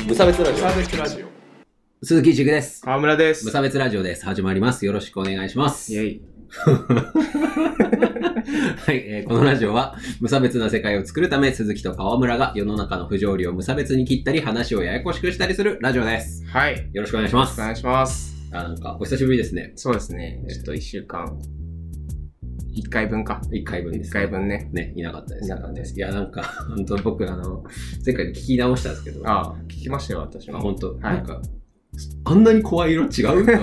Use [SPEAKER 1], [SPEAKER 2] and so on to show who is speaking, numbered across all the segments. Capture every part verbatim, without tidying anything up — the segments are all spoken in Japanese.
[SPEAKER 1] 無差別ラジオ。
[SPEAKER 2] 無差別ラジオ。
[SPEAKER 3] 鈴木塾です。
[SPEAKER 2] 川村です。
[SPEAKER 3] 無差別ラジオです。始まります。よろしくお願いします。
[SPEAKER 2] イェイ。
[SPEAKER 3] はい、えー、このラジオは無差別な世界を作るため、鈴木と川村が世の中の不条理を無差別に切ったり、話をややこしくしたりするラジオです。
[SPEAKER 2] はい。
[SPEAKER 3] よろしくお願いします。
[SPEAKER 2] お願いします。
[SPEAKER 3] あ、なんかお久しぶりですね。
[SPEAKER 2] そうですね。ちょっと一週間。一回分か。
[SPEAKER 3] 一回分です、ね。
[SPEAKER 2] 一回分ね。
[SPEAKER 3] ね、いなかったです。
[SPEAKER 2] いなかったです。
[SPEAKER 3] いや、なんか、本当僕、あの、前回聞き直したんですけど。
[SPEAKER 2] ああ、聞きましたよ、私も。
[SPEAKER 3] あ、本当、
[SPEAKER 2] はい、
[SPEAKER 3] なんか、あんなに怖い色違うやっ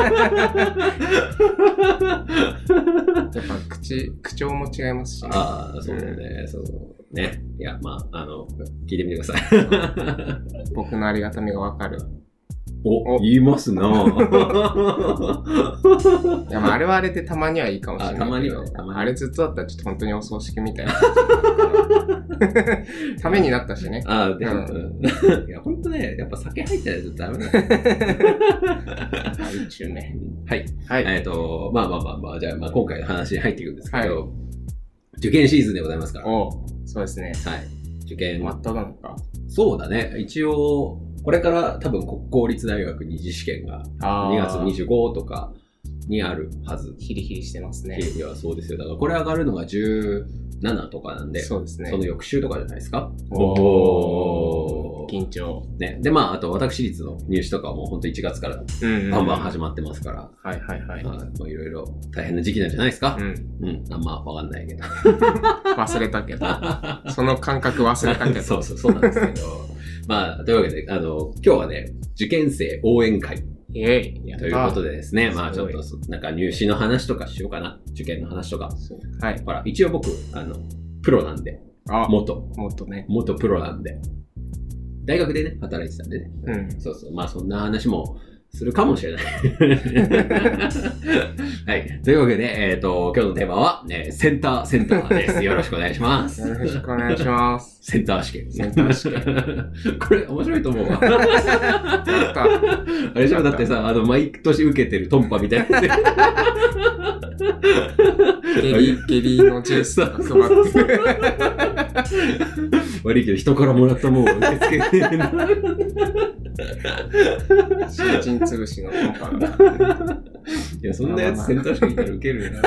[SPEAKER 2] ぱ口、口調も違いますし、ね。
[SPEAKER 3] ああ、そうだね、うん、そうね。いや、まあ、あの、聞いてみてください。
[SPEAKER 2] 僕のありがたみがわかる。
[SPEAKER 3] お、お言いますなぁ。
[SPEAKER 2] いや、まあ、あれはあれでたまにはいいかもしれないけど。
[SPEAKER 3] たまにはね、たまに。
[SPEAKER 2] あれずっとだったらちょっと本当にお葬式みたいな。ためになったしね。
[SPEAKER 3] ああ、でも、うん、いや、本当ね、やっぱ酒入ってないとダメだよ。
[SPEAKER 2] はい、中目。
[SPEAKER 3] はい。
[SPEAKER 2] はい。
[SPEAKER 3] えっと、まあまあまあまあ、じゃあ、まあ今回の話に入っていくんですけど、はい、受験シーズンでございますから。
[SPEAKER 2] おそうですね。
[SPEAKER 3] はい。受験。
[SPEAKER 2] 真っ只中。
[SPEAKER 3] そうだね。一応、これから多分国公立大学二次試験がにがつにじゅうごとかにあるはず。
[SPEAKER 2] ヒリヒリしてますね。
[SPEAKER 3] ヒリヒリはそうですよ。だからこれ上がるのがじゅうななとかなんで、
[SPEAKER 2] そうですね。
[SPEAKER 3] その翌週とかじゃないですか。
[SPEAKER 2] おー。緊張。
[SPEAKER 3] ね。で、まあ、あと私立の入試とかも本当いちがつからバンバン始まってますから。
[SPEAKER 2] はいはいはい。
[SPEAKER 3] まあ、いろいろ大変な時期なんじゃないですか。うん。うん。あんまわかんないけど。
[SPEAKER 2] 忘れたけど。その感覚忘れたけど。
[SPEAKER 3] そうそう、そうなんですけど。まあ、というわけで、あの、今日はね、受験生応援会。
[SPEAKER 2] イェイ。
[SPEAKER 3] ということでですね、まあちょっと、なんか入試の話とかしようかな。受験の話とか。
[SPEAKER 2] はい。
[SPEAKER 3] ほら、一応僕、あの、プロなんで。
[SPEAKER 2] あ
[SPEAKER 3] 元。
[SPEAKER 2] 元ね。
[SPEAKER 3] 元プロなんで。大学でね、働いてたんでね。うん。そうそう。まあそんな話もするかもしれない。はい。というわけで、えっと、今日のテーマは、ね、センター、センターです。よろしくお願いします。
[SPEAKER 2] よろしくお願いします。
[SPEAKER 3] センター試験。
[SPEAKER 2] センター試験。
[SPEAKER 3] これ面白いと思うわ。あれでしょだってさ、あの、毎年受けてるトンパみたいな。
[SPEAKER 2] ゲリ、ゲリのジュースとか配ってる。
[SPEAKER 3] 悪いけど、人からもらったもんを受け付けてるな。
[SPEAKER 2] 新人潰しのトンパだ。
[SPEAKER 3] いや、そんなやつセンター試験いたら受けるよな。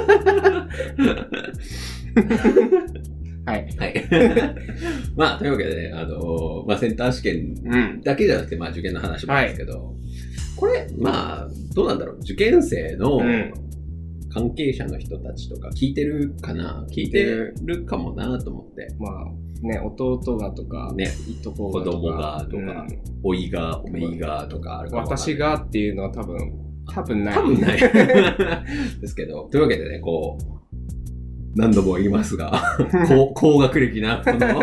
[SPEAKER 2] はい。
[SPEAKER 3] はい。まあ、というわけでね、あのー、まあ、センター試験だけじゃなくて、まあ、受験の話もですけど、はい、これ、まあ、どうなんだろう。受験生の関係者の人たちとか聞いてるかな、聞いてるかもなと思って。
[SPEAKER 2] まあ、ね、弟がとか、
[SPEAKER 3] ね、
[SPEAKER 2] いとこがとか、
[SPEAKER 3] 子供がとか、うん、おいが、おめいがとかあるかも。
[SPEAKER 2] 私がっていうのは多分、多分ない。
[SPEAKER 3] 多分ない。ですけど、というわけでね、こう、何度も言いますが、高, 高学歴な、この、二人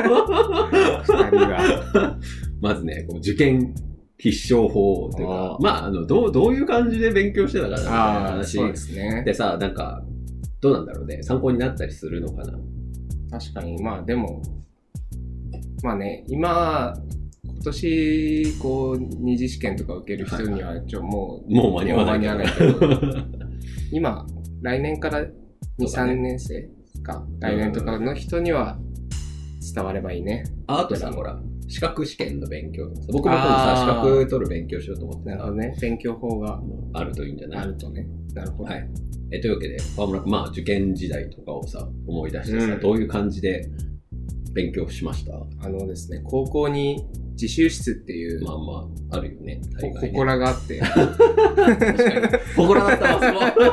[SPEAKER 2] が。
[SPEAKER 3] まずね、こう受験必勝法というか、まあ、あの、どう、どういう感じで勉強してたかな、みたいな話。
[SPEAKER 2] そうですね。
[SPEAKER 3] でさ、なんか、どうなんだろうね、参考になったりするのかな。
[SPEAKER 2] 確かに、まあでも、まあね、今、今年、こう、二次試験とか受ける人には、ちょ、もう、
[SPEAKER 3] もう間に合わない。
[SPEAKER 2] 間に合わないけど、今、来年からに、さんねん生か、来年とかの人には伝わればいいね。
[SPEAKER 3] あ、あとさ、ほら、資格試験の勉強とかさ、僕も今度さ、資格取る勉強しようと思って
[SPEAKER 2] なるほどね。勉強法が
[SPEAKER 3] あるといいんじゃない？
[SPEAKER 2] あるとね。なるほど。
[SPEAKER 3] はい。え、というわけで、川村君、まあ、受験時代とかをさ、思い出してさ、うん、どういう感じで勉強しました？
[SPEAKER 2] あのですね、高校に自習室っていう。
[SPEAKER 3] まあまあ、あるよね。
[SPEAKER 2] 大概ね。ほこらがあって。
[SPEAKER 3] 確かに。ほこらだったわ、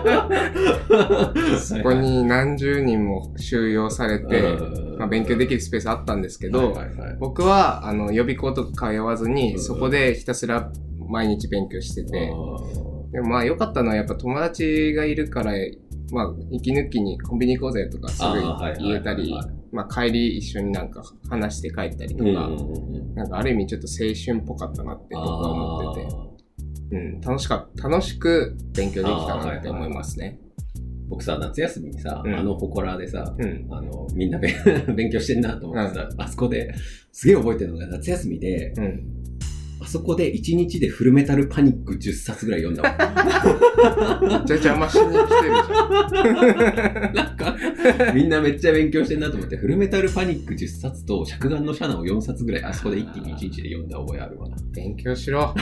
[SPEAKER 2] そこに何十人も収容されて、まあ、勉強できるスペースあったんですけど、はいはいはい、僕は、あの、予備校とか通わずに、そこでひたすら毎日勉強してて、でもまあ良かったのはやっぱ友達がいるから、まあ、息抜きにコンビニ行こうぜとかすぐ言えたり、まあ帰り一緒になんか話して帰ったりとか、うんうんうん、なんかある意味ちょっと青春っぽかったなって僕は思ってて、うん、楽しかった、楽しく勉強できたなって思いますね。はいはいはい、
[SPEAKER 3] 僕さ、夏休みにさ、うん、あの祠でさ、
[SPEAKER 2] うん、
[SPEAKER 3] あの、みんな勉強してんなと思ってさ、うん、あそこですげえ覚えてるのが夏休みで、
[SPEAKER 2] うん、
[SPEAKER 3] あそこでいちにちでフルメタルパニックじゅっさつぐらい読んだわ。
[SPEAKER 2] めっちゃ邪魔しに来てるじゃん。
[SPEAKER 3] なんか、みんなめっちゃ勉強してんなと思って、フルメタルパニックじゅっさつと、尺眼のシャナをよんさつぐらい、あそこで一気にいちにちで読んだ覚えあるわ。
[SPEAKER 2] 勉強しろ。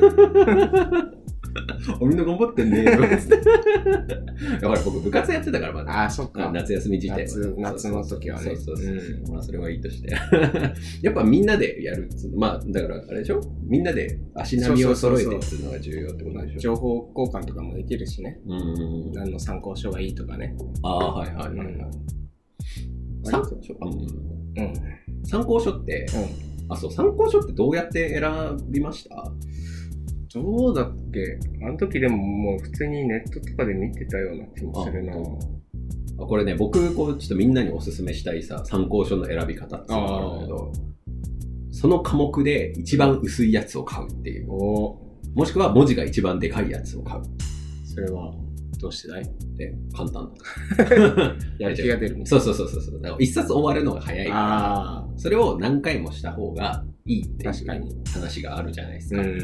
[SPEAKER 3] みんな頑張ってんね。だから僕部活やってたからまだ。
[SPEAKER 2] ああ、そっか。
[SPEAKER 3] 夏休み時点。
[SPEAKER 2] 夏、夏の時はね。
[SPEAKER 3] そうそうそう。うん、まあそれはいいとして。やっぱみんなでやる。まあだからあれでしょ？みんなで足並みを揃えてっていうのが重要ってことでしょ？
[SPEAKER 2] 情報交換とかもできるしね。
[SPEAKER 3] うん。
[SPEAKER 2] 何の参考書がいいとかね。
[SPEAKER 3] ああ、はいはいはいはい。うん、参考書、うん、うん。参考書って、うん、あ、そう、参考書ってどうやって選びました？
[SPEAKER 2] どうだっけ？あの時でももう普通にネットとかで見てたような気もするな。
[SPEAKER 3] あ、これね、僕こうちょっとみんなにおすすめしたいさ、参考書の選び方っていうのがあるんだけど、その科目で一番薄いやつを買うっていう。お、もしくは文字が一番でかいやつを買う。
[SPEAKER 2] それはどうしてだい？
[SPEAKER 3] で、簡単だ。
[SPEAKER 2] やる気が出るね。
[SPEAKER 3] そうそうそうそう。だから一冊終わるのが早いから、それを何回もした方がいいっていう話があるじゃないですか。うん、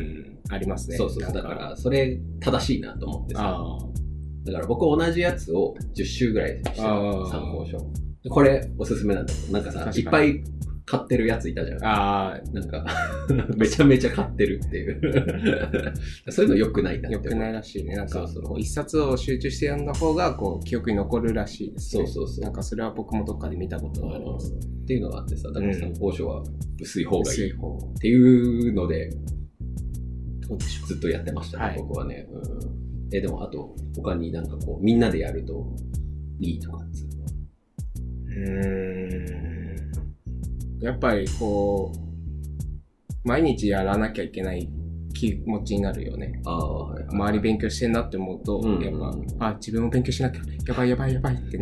[SPEAKER 3] ありますね。そうそう。だからそれ正しいなと思ってさ。だから僕同じやつをじゅっしゅうぐらいして参考書。これおすすめなんだけど、なんかさ、いっぱい買ってるやついたじゃん。ああ、なんかめちゃめちゃ買ってるっていうそういうの良くないなって。良くないらしいね。なんかそうそう、一冊を集中して読んだ方がこう記憶に残るらしいですね。そうそうそう。なんかそれは僕もどっかで見たことがあります。っていうのがあってさ、だから参考書は薄い方がいいっていうので、どうでしょう。ずっとやってましたね、はい、僕はね。うん、えでもあと他になんかこうみんなでやるといいとかっつうのは。うーん。
[SPEAKER 2] やっぱりこう毎日やらなきゃいけない気持ちになるよね。あ、はいはい、周り勉強してんなって思うと、うん、やっぱあ自分も勉強しなきゃやばいやばいやばいってね。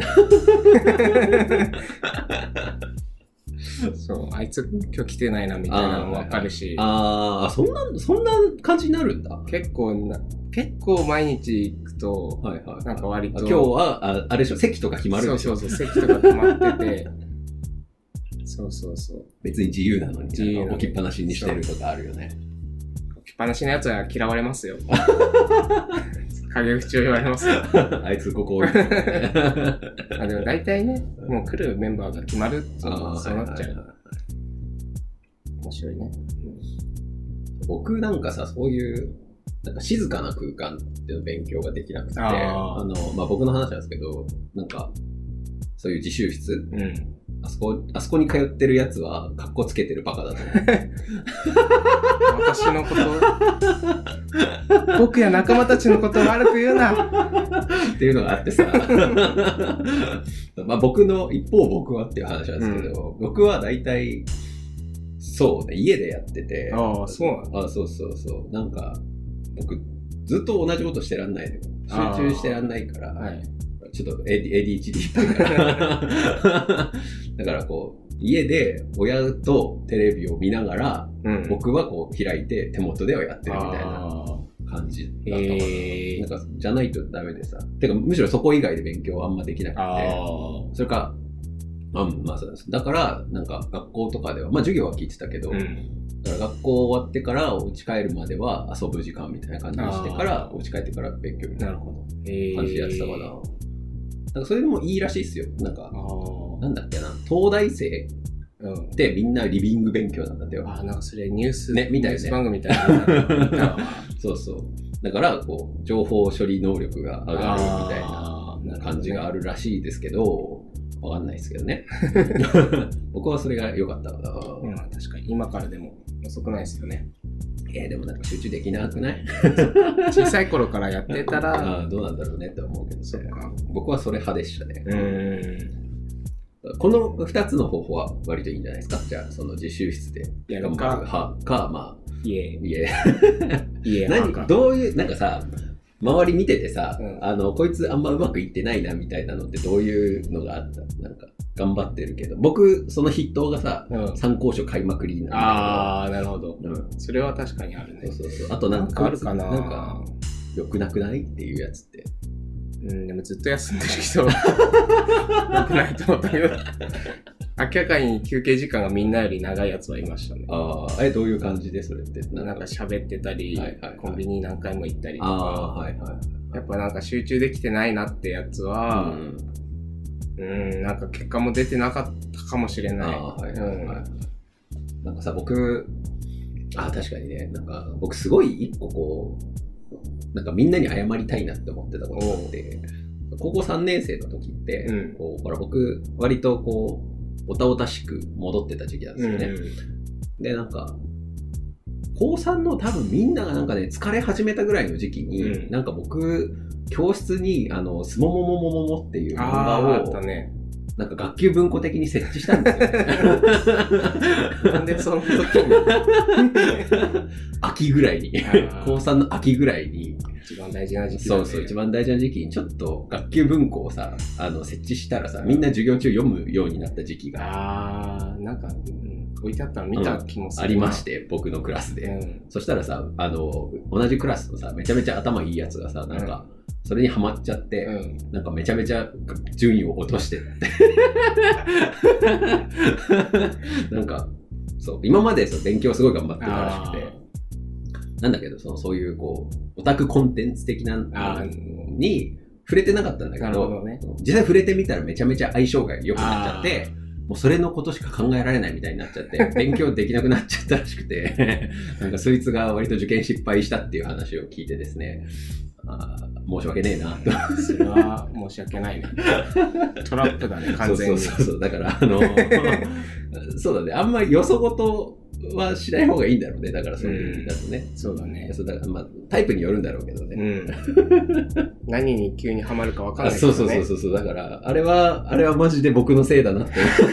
[SPEAKER 2] そうあいつ今日来てないなみたいなのもわかるし。
[SPEAKER 3] ああそんなそんな感じになるんだ。
[SPEAKER 2] 結構な結構毎日行くと、はいはいはい、なんか割と
[SPEAKER 3] 今日はああれでしょ席とか決まるでしょ。
[SPEAKER 2] そうそうそう席とか決まってて。そうそうそう。
[SPEAKER 3] 別に自由なのに、自由置きっぱなしにしてるとかあるよね。
[SPEAKER 2] 置きっぱなしのやつは嫌われますよ。陰口を言われますよ。
[SPEAKER 3] あいつここ多い。
[SPEAKER 2] あでも大体ね、もう来るメンバーが決まるっていうのはそうなっちゃう。面白いね。
[SPEAKER 3] 僕なんかさ、そういうなんか静かな空間っていうの勉強ができなくて、ああのまあ僕の話なんですけど、なんかそういう自習室。うん、あそこ、あそこに通ってるやつは、カッコつけてるバカだと思う。
[SPEAKER 2] 私のこと、僕や仲間たちのことを悪く言うな
[SPEAKER 3] っていうのがあってさ。まあ僕の、一方僕はっていう話なんですけど、うん、僕は大体、そうね、家でやってて。
[SPEAKER 2] ああ、そうなんだ。
[SPEAKER 3] あそうそうそう。なんか、僕、ずっと同じことしてらんないで、集中してらんないから。はい、ちょっと エーディーエイチディー いっぱいからだからこう家で親とテレビを見ながら、うん、僕はこう開いて手元ではやってるみたいな感じだったかな。なんかじゃないとダメでさ。てかむしろそこ以外で勉強あんまできなくて、それかあまあそうです。だからなんか学校とかではまあ授業は聞いてたけど、うん、だから学校終わってからお家帰るまでは遊ぶ時間みたいな感じにしてからお家帰ってから勉強みたいな感じでやってたかな。なんかそれでもいいらしいですよ。なんか、なんだっけな、東大生ってみんなリビング勉強なんだってよ。
[SPEAKER 2] ああ、なんかそれニュース、
[SPEAKER 3] ね、みたいな、
[SPEAKER 2] ね、ニュース番組みたいな。
[SPEAKER 3] そうそう。だから、こう、情報処理能力が上がるみたいな感じがあるらしいですけど、わかんないですけどね。僕はそれが良かった。うん、
[SPEAKER 2] 確かに。今からでも遅くないですよね。
[SPEAKER 3] えー、でもなんか集中できなくない
[SPEAKER 2] 小さい頃からやってたら
[SPEAKER 3] あどうなんだろうねって思うけど、そっか僕はそれ派でしたね。うーんこのふたつの方法は割といいんじゃないですか。じゃあその自習室で
[SPEAKER 2] やる
[SPEAKER 3] か派かまあ
[SPEAKER 2] 家
[SPEAKER 3] 家家何どういうなんかさ周り見ててさ、うん、あのこいつあんまうまくいってないなみたいなのってどういうのがあった？なんか頑張ってるけど僕その筆頭がさ、うん、参考書買いまくりなんだけど。
[SPEAKER 2] ああなるほど、うん、それは確かにあるね。
[SPEAKER 3] そうそうそう。あとなんかあるかな。なんか良くなくないっていうやつって。
[SPEAKER 2] うんでもずっと休んでる人良くないと思ったけど。 明らかに休憩時間がみんなより長いやつはいましたね。
[SPEAKER 3] ああ、え、どういう感じでそれって？
[SPEAKER 2] なんか喋ってたり、はいはいはい、コンビニ何回も行ったりとか、
[SPEAKER 3] あ、はいはいはい、
[SPEAKER 2] やっぱなんか集中できてないなってやつは、うん、うん、なんか結果も出てなかったかもしれない。あ、はいはいはい、うん、
[SPEAKER 3] なんかさ、僕、あ、確かにね、なんか僕すごい一個こう、なんかみんなに謝りたいなって思ってたことがあって、高校さんねん生の時って、うん、こうほら僕割とこうおたおたしく戻ってた時期なんですよね、うん、でなんか高さんの多分みんながなんかね疲れ始めたぐらいの時期に、うん、なんか僕教室にあのスモモモモモモっていう漫画を
[SPEAKER 2] あったね、
[SPEAKER 3] なんか学級文庫的に設置したんですよ、ね、
[SPEAKER 2] なんでその時に
[SPEAKER 3] 秋ぐらいに高さんの秋ぐらいに
[SPEAKER 2] 一番大事な時期だね。
[SPEAKER 3] そうそう、一番大事な時期にちょっと学級文庫をさ、あの設置したらさ、みんな授業中読むようになった時期が。
[SPEAKER 2] あー、なんか、うん、置いてあったの見た気もする、
[SPEAKER 3] うん、ありまして、僕のクラスで、うん。そしたらさ、あの、同じクラスのさ、めちゃめちゃ頭いいやつがさ、なんか、それにハマっちゃって、うん、なんかめちゃめちゃ順位を落としてって。なんか、そう、今までそう勉強すごい頑張ってたらしくて、なんだけど、そのそういうこう、オタクコンテンツ的なのに触れてなかったんだけど、どね、実際触れてみたらめちゃめちゃ相性が良くなっちゃって、もうそれのことしか考えられないみたいになっちゃって、勉強できなくなっちゃったらしくて、なんかそいつが割と受験失敗したっていう話を聞いてですね、あ申し訳ねえなと。
[SPEAKER 2] それは申し訳ないね。トラップだね、完全に。
[SPEAKER 3] そうそうそう。だから、あの、そうだね、あんまりよそごとはしない方がいいんだろうね。だからそういう意味だとね。
[SPEAKER 2] うん、そうだね。
[SPEAKER 3] そうだからまあタイプによるんだろうけどね。うん、
[SPEAKER 2] 何に急にハマるか分かんないけ
[SPEAKER 3] どね。そうそうそうそう。だからあれはあれはマジで僕のせいだなって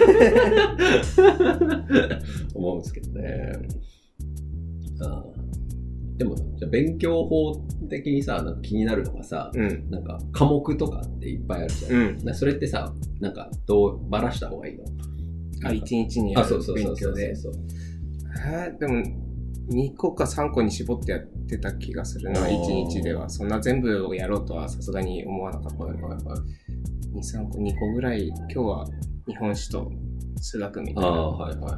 [SPEAKER 3] 思うんですけどね。あでもじゃあ勉強法的にさ、なんか気になるのがさ、うん、なんか科目とかっていっぱいあるじゃん。うん、それってさ、なんかどうばらした方がいいの？
[SPEAKER 2] あ、一日にやる勉強で。えー、でもにこかさんこに絞ってやってた気がするな、いちにちでは。そんな全部をやろうとはさすがに思わなかったね。はいはいはい、に、さんこ、にこぐらい、今日は日本史と数学みたいな。
[SPEAKER 3] あ、はいはい、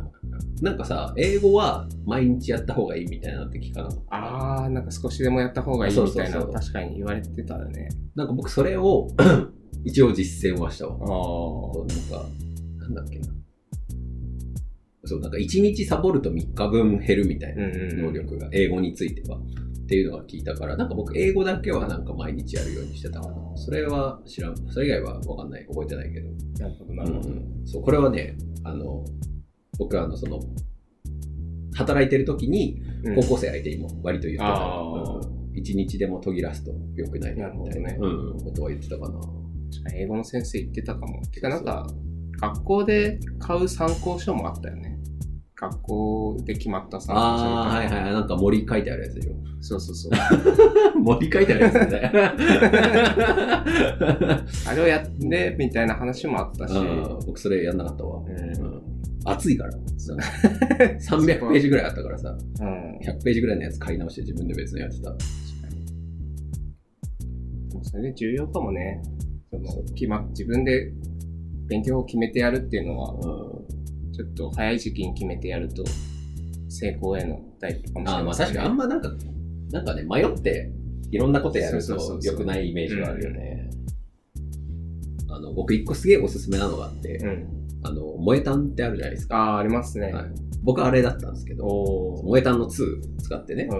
[SPEAKER 3] なんかさ、英語は毎日やった方がいいみたいなって聞かなかった？
[SPEAKER 2] ああ、なんか少しでもやった方がいいみたいな、確かに言われてたね。
[SPEAKER 3] なんか僕それを一応実践はしたわ。ああ、なんか、なんだっけな。そう、なんかいちにちサボるとみっかぶん減るみたいな能力が、英語についてはっていうのが聞いたから、なんか僕英語だけはなんか毎日やるようにしてたから、それは知らん、それ以外はわかんない、覚えてないけど。
[SPEAKER 2] なるほどなるほど。うん、
[SPEAKER 3] そう、これはね、あの、僕はあの、その、働いてる時に高校生相手にも割と言ってた、うん、いちにちでも途切らすと良くないみたいな、ね、うん、ことは言ってたかな。
[SPEAKER 2] 英語の先生言ってたかも。てかなんか、学校で買う参考書もあったよね。学校で決まった参考書。
[SPEAKER 3] ああ、はいはい。なんか森書いてあるやつでしょ。
[SPEAKER 2] そうそうそう。
[SPEAKER 3] 森書いてあるやつね。
[SPEAKER 2] あれをやってみたいな話もあったし。
[SPEAKER 3] 僕それやんなかったわ。うん、暑いから。さんびゃくページぐらいあったからさ、うん、ひゃくページぐらいのやつ買い直して自分で別のやってた。
[SPEAKER 2] それで重要かもね。その決ま自分で勉強を決めてやるっていうのは、うん、ちょっと早い時期に決めてやると成功への第一歩かもしれない、ね。あ、
[SPEAKER 3] まあ確かにあんまなんか、なんかね、迷っていろんなことやると良くないイメージがあるよね。あの、僕一個すげえおすすめなのがあって、うん、あの、萌え炭ってあるじゃないですか。
[SPEAKER 2] ああ、ありますね。はい、
[SPEAKER 3] 僕あれだったんですけど、萌え炭のツー使ってね、うん、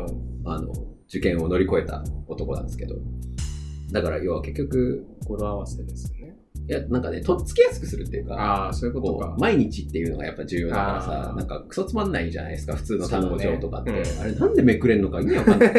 [SPEAKER 3] あの、受験を乗り越えた男なんですけど、だから要は結局、
[SPEAKER 2] 語呂合わせですよね。
[SPEAKER 3] いや、なんかね、とっつきやすくするっていうか、
[SPEAKER 2] ああ、そういうことか。
[SPEAKER 3] 毎日っていうのがやっぱ重要だからさ、なんかクソつまんないじゃないですか、普通の単語帳とかって。ね、うん、あれなんでめくれんのか意味わかんない。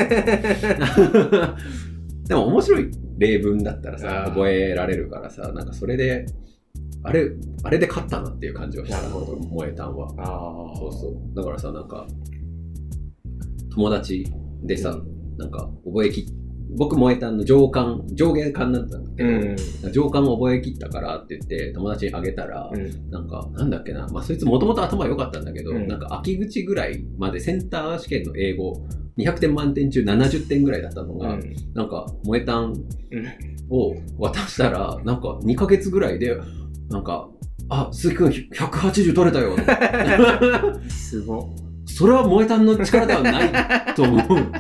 [SPEAKER 3] でも面白い例文だったらさ、覚えられるからさ、なんかそれで、あれ、あれで勝ったなっていう感じをしたな、萌えたんは。ああ。そうそう。だからさ、なんか、友達でさ、うん、なんか覚えき僕萌えたんの上巻、上下巻だったんだけど、うん、上巻を覚えきったからって言って友達にあげたら、うん、なんか、なんだっけな、まあそいつもともと頭良かったんだけど、うん、なんか秋口ぐらいまでセンター試験の英語、にひゃくてん満点中ななじゅってんぐらいだったのが、うん、なんか萌えたんを渡したら、なんかにかげつぐらいで、なんかあ、鈴木くんひゃくはちじゅう取れたよ。
[SPEAKER 2] すご。
[SPEAKER 3] それは萌えたんの力ではないと思う。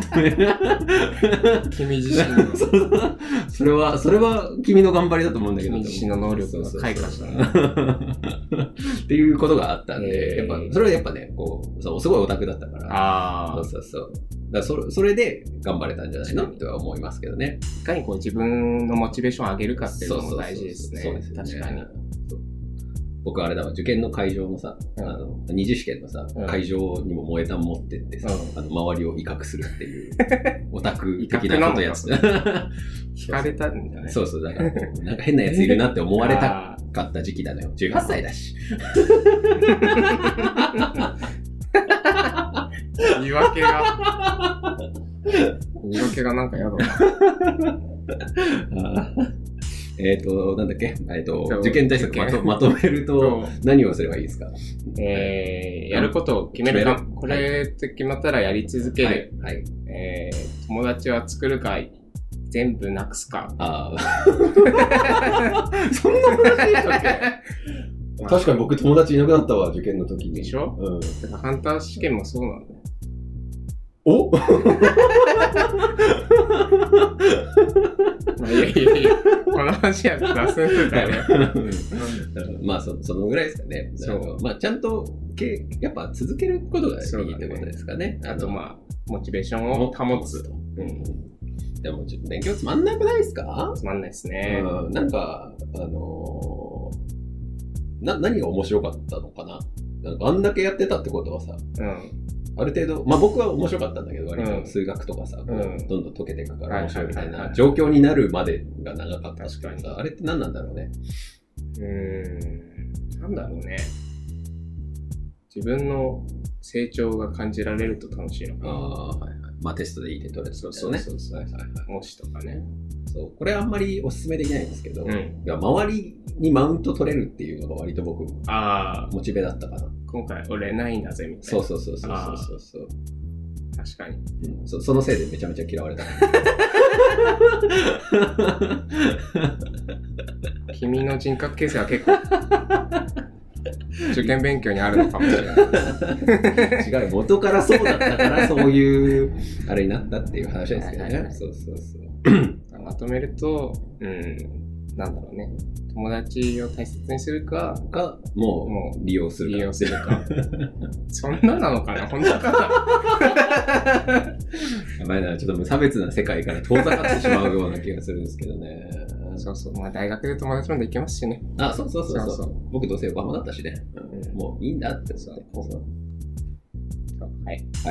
[SPEAKER 2] 君自身の。
[SPEAKER 3] それは、それは君の頑張りだと思うんだけど。
[SPEAKER 2] 君自身の能力が開花したね。
[SPEAKER 3] っていうことがあったんで、
[SPEAKER 2] えー、
[SPEAKER 3] やっぱ、それはやっぱね、こう、そう、すごいオタクだったから。
[SPEAKER 2] ああ。
[SPEAKER 3] そうそうそう。だからそれ、それで頑張れたんじゃないのとは思いますけどね。
[SPEAKER 2] いかにこう自分のモチベーションを上げるかっていうのも大事ですね。
[SPEAKER 3] そうですね。
[SPEAKER 2] 確かに。
[SPEAKER 3] 僕あれだわ、受験の会場のさ、うん、あの二次試験のさ、うん、会場にも萌え断持ってってさ、うん、あの周りを威嚇するっていうオタク的なことやつ。
[SPEAKER 2] 惹かれたんじゃない？
[SPEAKER 3] そうそう、だからこうなんか変なやついるなって思われたかった時期だのよ。じゅうはっさいだし。
[SPEAKER 2] 言い訳が言い訳がなんかやだな。
[SPEAKER 3] えっと、なんだっけ、えっと、受験対策まと、まとめると何をすればいいですか？
[SPEAKER 2] えー、やることを決めるか、これって決まったらやり続ける。
[SPEAKER 3] はい。はい、
[SPEAKER 2] えー、友達は作るか、全部なくすか。
[SPEAKER 3] ああ。そんな話だっけ？確かに僕友達いなくなったわ、受験の時に。
[SPEAKER 2] でしょ？うん。だからハンター試験もそうなんだよ。
[SPEAKER 3] お
[SPEAKER 2] いやいやいや、この話は脱線するからね。
[SPEAKER 3] まあそ、そのぐらいですかね。そうまあ、ちゃんとけ、やっぱ続けることがいいってことですかね。
[SPEAKER 2] あとまあ、モチベーションを保つと。
[SPEAKER 3] うん、でもちょっと勉強つまんなくないですか？
[SPEAKER 2] つまんないですね。
[SPEAKER 3] うん、なんか、あのー、な、何が面白かったのかな？なんかあんだけやってたってことはさ、うんある程度、まあ僕は面白かったんだけど、割と数学とかさ、うん、どんどん解けていくから面白いみたいな状況になるまでが長かったっていうさ、あれって何なんだろうね。
[SPEAKER 2] うーん、なんだろうね。自分の成長が感じられると楽しいのかな。
[SPEAKER 3] ああ、はいはい。まあテストでいい点取れるとかね。
[SPEAKER 2] そうそうそう。はいはいはい。模試とかね。
[SPEAKER 3] そう。これあんまりお勧めできないんですけど、うん、いや周りにマウント取れるっていうのが割と僕、あモチベだったかな。
[SPEAKER 2] 今回俺ないんだぜみたいな。
[SPEAKER 3] そうそうそうそうそうそう。
[SPEAKER 2] 確かに、
[SPEAKER 3] うん、そ。そのせいでめちゃめちゃ嫌われた。
[SPEAKER 2] 君の人格形成は結構受験勉強にあるのかもしれない。
[SPEAKER 3] 違う、元からそうだったからそういうあれになったっていう話ですけどね。はいはいはい、そうそうそう。
[SPEAKER 2] まとめると、うん、なんだろうね。友達を大切にするか、
[SPEAKER 3] かもう、もう利用するか。
[SPEAKER 2] 利用するか。そんななのかな本当かな
[SPEAKER 3] やばいな、ちょっと無差別な世界から遠ざかってしまうような気がするんですけどね。
[SPEAKER 2] そうそう。まあ大学で友達もできますしね。
[SPEAKER 3] あ、そうそうそうそう。そうそう僕どうせ横浜だったしね。うん、もういいんだって。そうそうそう
[SPEAKER 2] はい。
[SPEAKER 3] はい。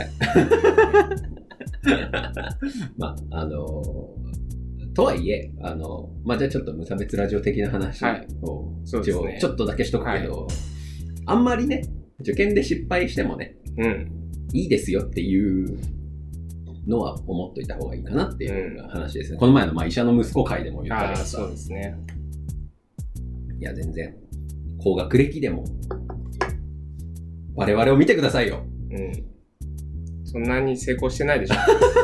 [SPEAKER 3] まあ、あのー、とはいえ、あの、まあ、じゃあちょっと無差別ラジオ的な話を、はい、そうですね、ちょっとだけしとくけど、はい、あんまりね、受験で失敗してもね、うん、いいですよっていうのは思っといた方がいいかなっていう話ですね。うん、この前のまあ医者の息子会でも言ったけどさ、
[SPEAKER 2] そうですね。
[SPEAKER 3] いや、全然、高学歴でも、我々を見てくださいよ。
[SPEAKER 2] うん。そんなに成功してないでしょ。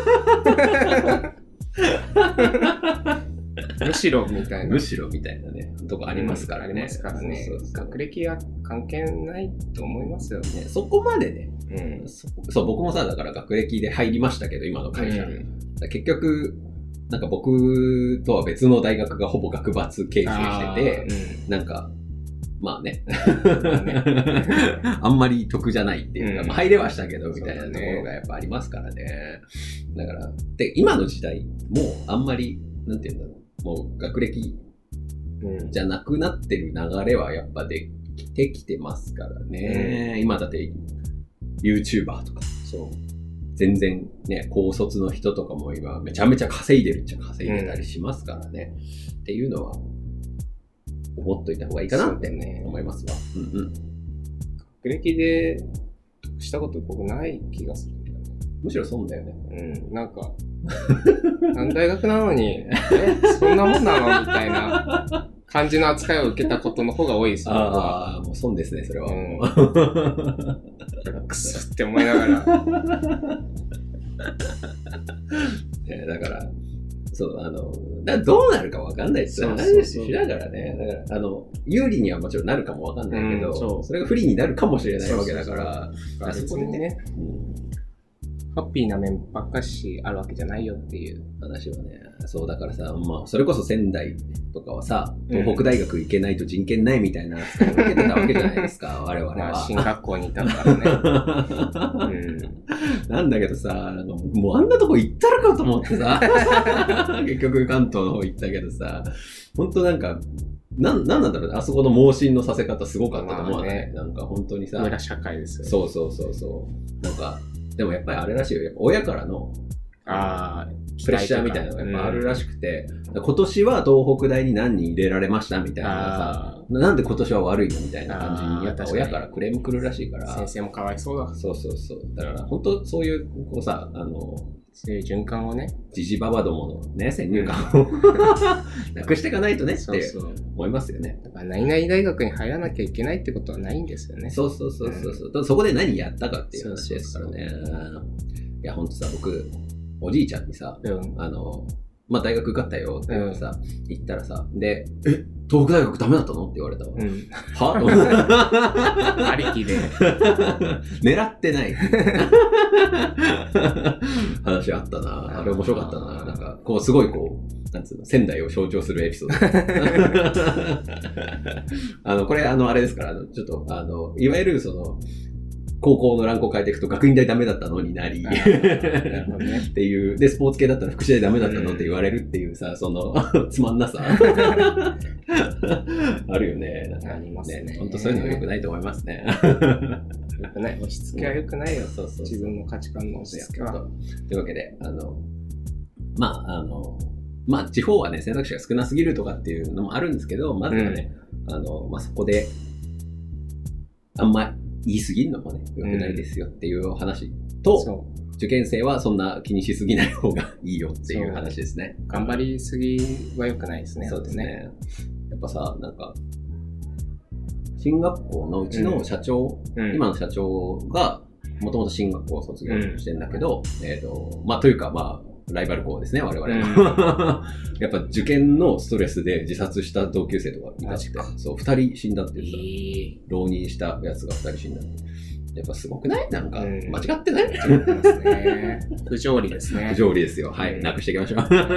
[SPEAKER 2] むしろみたいな。
[SPEAKER 3] むしろみたいなね、とこありますからね。
[SPEAKER 2] うん、ありますからね。そうそうそう学歴は関係ないと思いますよね。
[SPEAKER 3] そこまでね、うん、そ, そう、僕もさ、だから学歴で入りましたけど、今の会社に。うん、結局、なんか僕とは別の大学がほぼ学閥形成してて、うん、なんか、まあね、あんまり得じゃないっていうか、うん、まあ、入れはしたけど、みたいなところがやっぱありますからね。だから、で、今の時代、もうあんまり、なんていうんだろう、もう学歴じゃなくなってる流れはやっぱできてきてますからね。うん、今だって YouTuber とか、そう。全然ね、高卒の人とかも今めちゃめちゃ稼いでるっちゃ稼いでたりしますからね。うん、っていうのは、思っといた方がいいかなって思いますわ。うんうん。
[SPEAKER 2] 学歴で得したこと僕ない気がする。
[SPEAKER 3] むしろそうだよね。
[SPEAKER 2] うん。なんか、大学なのに、え、そんなもんなのみたいな感じの扱いを受けたことの方が多いですよ。
[SPEAKER 3] ああ、もう損ですね、それは。
[SPEAKER 2] うん。くそって思いながら。
[SPEAKER 3] だから、そう、あの、 だからどうなるか分かんないって話だからね。だからあの有利にはもちろんなるかも分かんないけど、うん、そ, それが不利になるかもしれないわけだから、あそこでね、うん、
[SPEAKER 2] ハッピーな面ばっかしあるわけじゃないよっていう
[SPEAKER 3] 話はね。そうだからさ、まあそれこそ仙台とかはさ、東北大学行けないと人権ないみたいな扱いを受けてたわけじゃないですか、我々は。ま
[SPEAKER 2] あ、進学校にいたからね。
[SPEAKER 3] うん、なんだけどさ、なんかもうあんなとこ行ったらかと思ってさ、結局関東の方行ったけどさ、本当なんか、なん、なんなんだろうね、あそこの盲信のさせ方すごかったと思うね。なんか本当にさ。
[SPEAKER 2] 村社会ですよね。
[SPEAKER 3] そうそうそうそう。なんか、でもやっぱりあれらしいよ。やっぱ親からの、
[SPEAKER 2] あ
[SPEAKER 3] プレッシャーみたいなのがやっぱあるらしくて、うん、今年は東北大に何人入れられましたみたいなさ、なんで今年は悪いのみたいな感じにやっぱ親からクレーム来るらしいから。
[SPEAKER 2] 先生もかわいそうだ。
[SPEAKER 3] そうそうそう。だから本当そういうこうさ、あの
[SPEAKER 2] そういう循環をね、
[SPEAKER 3] ジジババどものね、先入観をなくしていかないとねって思いますよね。
[SPEAKER 2] だから何々大学に入らなきゃいけないってことはないんですよね。
[SPEAKER 3] そうそうそうそうそう、うん、そこで何やったかっていう話ですからね。そうそうそう、いや本当さ、僕おじいちゃんにさ、うん、あの、まあ、大学受かったよって言ってさ、うん、言ったらさ、で、え、東北大学ダメだったのって言われたわ。うん、
[SPEAKER 2] はありきで。
[SPEAKER 3] 狙ってない。話あったな。あれ面白かったな。なんか、こう、すごいこう、なんつうの、仙台を象徴するエピソード。あの、これ、あの、あれですから、あの、ちょっと、あの、いわゆるその、高校のランクを変えていくと学院大ダメだったのになり、ね、っていう、で、スポーツ系だったら福祉大ダメだったのって言われるっていうさ、その、つまんなさ。あるよね。なんか
[SPEAKER 2] ありますね。
[SPEAKER 3] 本当そういうのは良くないと思いますね。
[SPEAKER 2] 良くない。押し付けは良くないよ。そうそう。自分の価値観の押し付けは。
[SPEAKER 3] というわけで、あの、まあ、あの、まあ、地方はね、選択肢が少なすぎるとかっていうのもあるんですけど、まずはね、うん、あの、まあ、そこで、あんま言い過ぎるのもね、良くないですよっていう話と、うん、受験生はそんな気にしすぎない方がいいよっていう話ですね。
[SPEAKER 2] 頑張りすぎは良くないですね。
[SPEAKER 3] そうですね。やっぱさ、なんか、進学校のうちの社長、うん、今の社長が、もともと進学校を卒業してんだけど、うん、えっと、まあ、というか、まあ、ライバル校ですね、我々は。うん、やっぱ受験のストレスで自殺した同級生とかいたって、そう、二人死んだって言ってた。浪人したやつが二人死んだって。やっぱすごくない？なんか、間違ってない？間違ってます
[SPEAKER 2] ね。不条理ですね。
[SPEAKER 3] 不条理ですよ。はい。なくしていきましょう。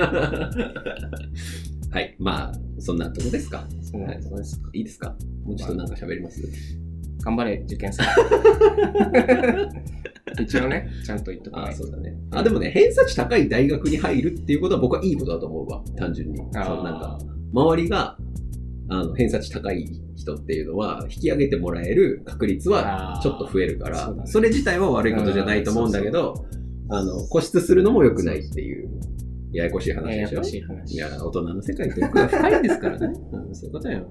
[SPEAKER 3] はい。まあ、そんなとこですか。
[SPEAKER 2] そんなとこですか。
[SPEAKER 3] いいですか？もうちょっとなんか喋ります？
[SPEAKER 2] 頑張れ、受験生。一応ね、ちゃんと言っとかない。
[SPEAKER 3] あ、そうだね。あ、でもね、偏差値高い大学に入るっていうことは僕はいいことだと思うわ。単純に。そう、なんか、周りが、あの、偏差値高い人っていうのは、引き上げてもらえる確率はちょっと増えるから、そ, ね、それ自体は悪いことじゃないと思うんだけど、そうそう、あの、固執するのも良くないっていう、ややこしい話でしょ。ややこしい話。いや、大人の世界って奥が深いですからね。うん、そういうことよ。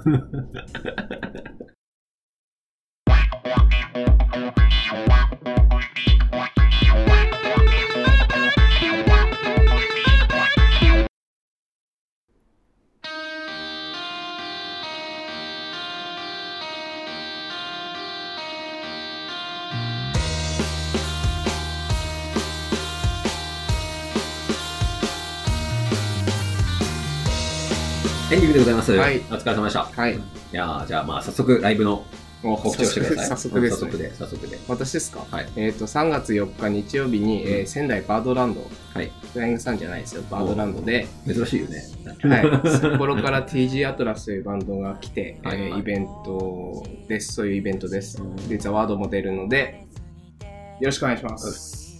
[SPEAKER 3] エンディングでございます。はい。お疲れ様でした。
[SPEAKER 2] はい。い
[SPEAKER 3] やじゃあまあ早速ライブの告知をしてください。
[SPEAKER 2] 早速です、ね。
[SPEAKER 3] 早速で、早速で。
[SPEAKER 2] 私ですか？
[SPEAKER 3] はい。
[SPEAKER 2] えっ、ー、と、さんがつよっか日曜日に、うん、えー、仙台バードランド。
[SPEAKER 3] はい。
[SPEAKER 2] フライングさんじゃないですよ。バードランドで。
[SPEAKER 3] 珍しいよね。
[SPEAKER 2] はい。札幌から ティージー アトラスというバンドが来て、はいはい、えー、イベントです。そういうイベントです。うん、で、ザワードも出るので、よろしくお願いします。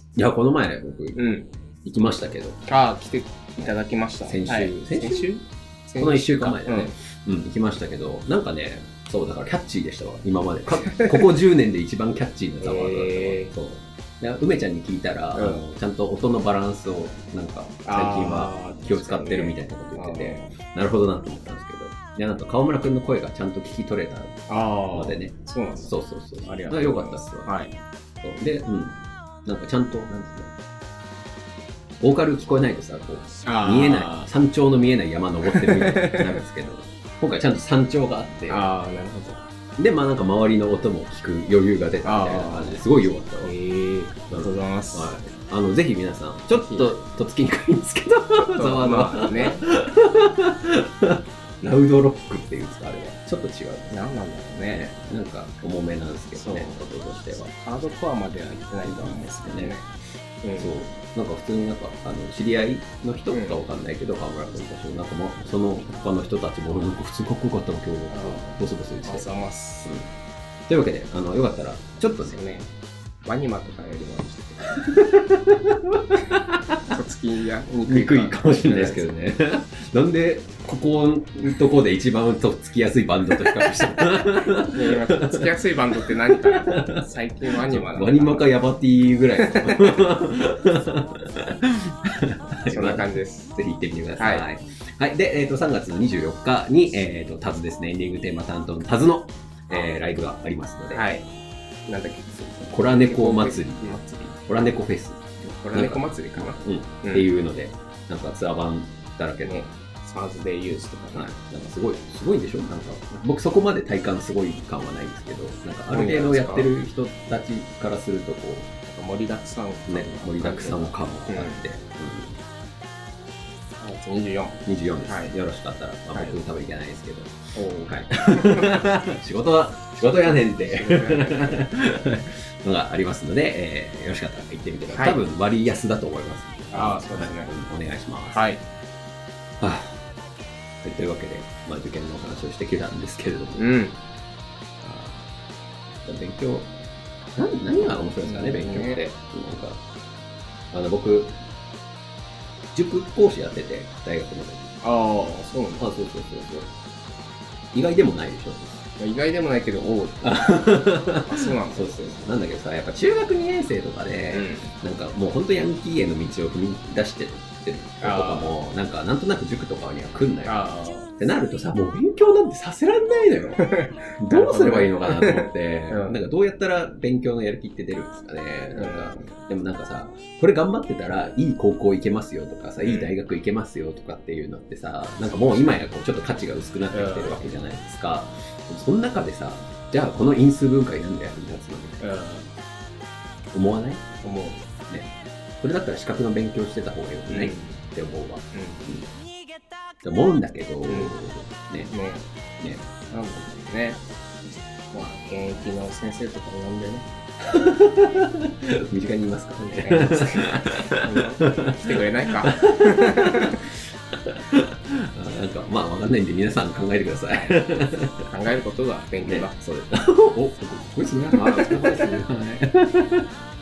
[SPEAKER 3] いや、この前ね、僕、うん、行きましたけど。
[SPEAKER 2] ああ、来ていただきました。
[SPEAKER 3] 先週。
[SPEAKER 2] はい、
[SPEAKER 3] 先週このいっしゅうかんまえだね。うん、うん、行きましたけど、なんかね、そう、だからキャッチーでしたわ、今まで。ここじゅうねんで一番キャッチーなザワードだったわ。えー、そう。で梅ちゃんに聞いたら、うん、あのちゃんと音のバランスをなんか最近は気を使ってるみたいなこと言ってて、なるほどなと思ったんですけど、いやなんと川村くんの声がちゃんと聞き取れたのでね。
[SPEAKER 2] そうなんです。
[SPEAKER 3] そうそうそう。
[SPEAKER 2] ありがとうございます。
[SPEAKER 3] よかったっすわ。
[SPEAKER 2] はい。
[SPEAKER 3] そうで、うん。なんかちゃんと、なんですか、ボーカル聞こえないとさ、こう見えない、山頂の見えない山登ってるみたいになるんですけど、今回ちゃんと山頂があって、
[SPEAKER 2] ああ、なるほ
[SPEAKER 3] で、まあなんか周りの音も聞く余裕が出たみたいな感じですごい良かったわ。
[SPEAKER 2] へー、ありがとうございます。はい、
[SPEAKER 3] あのぜひ皆さんちょっととっつきにくいんですけど、ざわざわね。ラウドロックっていうんですか、あれはちょっと違う。
[SPEAKER 2] 何なんだろうね。
[SPEAKER 3] なんか重めなんですけどね、音としては。
[SPEAKER 2] ハードコアまでは行ってないと思うんですけどね。
[SPEAKER 3] うん、そうなんか普通になんかあの知り合いの人かわかんないけど、河村君たちもなんかもその他の人たちもなんか普通にかっこよかったの今日ボソボソ言ってて。
[SPEAKER 2] ありがとうございます。
[SPEAKER 3] というわけであのよかったらちょっとね
[SPEAKER 2] ワニマとかよりもとっつきや
[SPEAKER 3] にくいかもしれないですけどね。なんでここのとこで一番とっつきやすいバンドと比較したの？
[SPEAKER 2] いや、とっつきやすいバンドって何かな？最近ワニマなの？
[SPEAKER 3] ワニマかヤバティぐらい
[SPEAKER 2] そんな感じです。
[SPEAKER 3] ぜひ行ってみてください。はい。はい、で、えっとさんがつのにじゅうよっかにえっとタズですね、エンディングテーマ担当のタズの、えー、ライブがありますので、
[SPEAKER 2] はい。なんだっけ？
[SPEAKER 3] コラネコ祭り、コラネコフェス、
[SPEAKER 2] コラネコ祭りかな？
[SPEAKER 3] うん。っていうので、なんかツアー版だらけの。
[SPEAKER 2] サーズデイユースとかね、
[SPEAKER 3] なんかすごい、すごいんでしょ？なんか僕そこまで体感すごい感はないんですけど、なんかある程度やってる人たちからするとこう、
[SPEAKER 2] なんか盛りだくさん、
[SPEAKER 3] ね、盛りだくさん感もあって、
[SPEAKER 2] うん、にじゅうよん、
[SPEAKER 3] にじゅうよんです。はい、よろしかったら、まあ、僕多分行けないですけど、
[SPEAKER 2] はい、
[SPEAKER 3] 仕事は仕事やねんってのがありますので、えー、よろしかったら行ってみてください。多分割安だと思います。
[SPEAKER 2] ああ、そうですね。
[SPEAKER 3] お願いします。
[SPEAKER 2] はい。
[SPEAKER 3] はあ、というわけで、まあ、受験のお話をしてきたんですけれども、
[SPEAKER 2] うん、
[SPEAKER 3] 勉強何、何が面白いですかね、勉強って。なんかあの僕塾講師やってて、大学の時。
[SPEAKER 2] ああ、そうなんだ。
[SPEAKER 3] あ、そうそうそうそう。意外でもないでしょ。
[SPEAKER 2] 意外でもないけど、おお。あ、そうなんだ。
[SPEAKER 3] そうそう。なんだけどさ、やっぱ中学にねん生とかで、うん、なんかもう本当ヤンキーへの道を踏み出してるってる子とかも、なんかなんとなく塾とかには来んなよ。ってなるとさ、もう勉強なんてさせらんないのよ。どうすればいいのかなと思って、うん、なんかどうやったら勉強のやる気って出るんですかね。なんか、うん、でもなんかさ、これ頑張ってたらいい高校行けますよとかさ、いい大学行けますよとかっていうのってさ、なんかもう今やこうちょっと価値が薄くなってきてるわけじゃないですか。うん、その中でさ、じゃあこの因数分解なんで役に立つのみたいな。うん、思わない？
[SPEAKER 2] 思う。ね。
[SPEAKER 3] それだったら資格の勉強してた方がよくない、うん、って思うわ。うんうん、って思うんだけど、うん、ね。ね。
[SPEAKER 2] ね。なんだろうね。まあ、現役の先生とか呼んでね。
[SPEAKER 3] 身近にいますから
[SPEAKER 2] ね。来てくれないか。
[SPEAKER 3] なんかまあわかんないんで皆さん考えてください。
[SPEAKER 2] 考えることが勉強だ。
[SPEAKER 3] ね、そうです。お、ここですね。あ、お疲れ様ですね。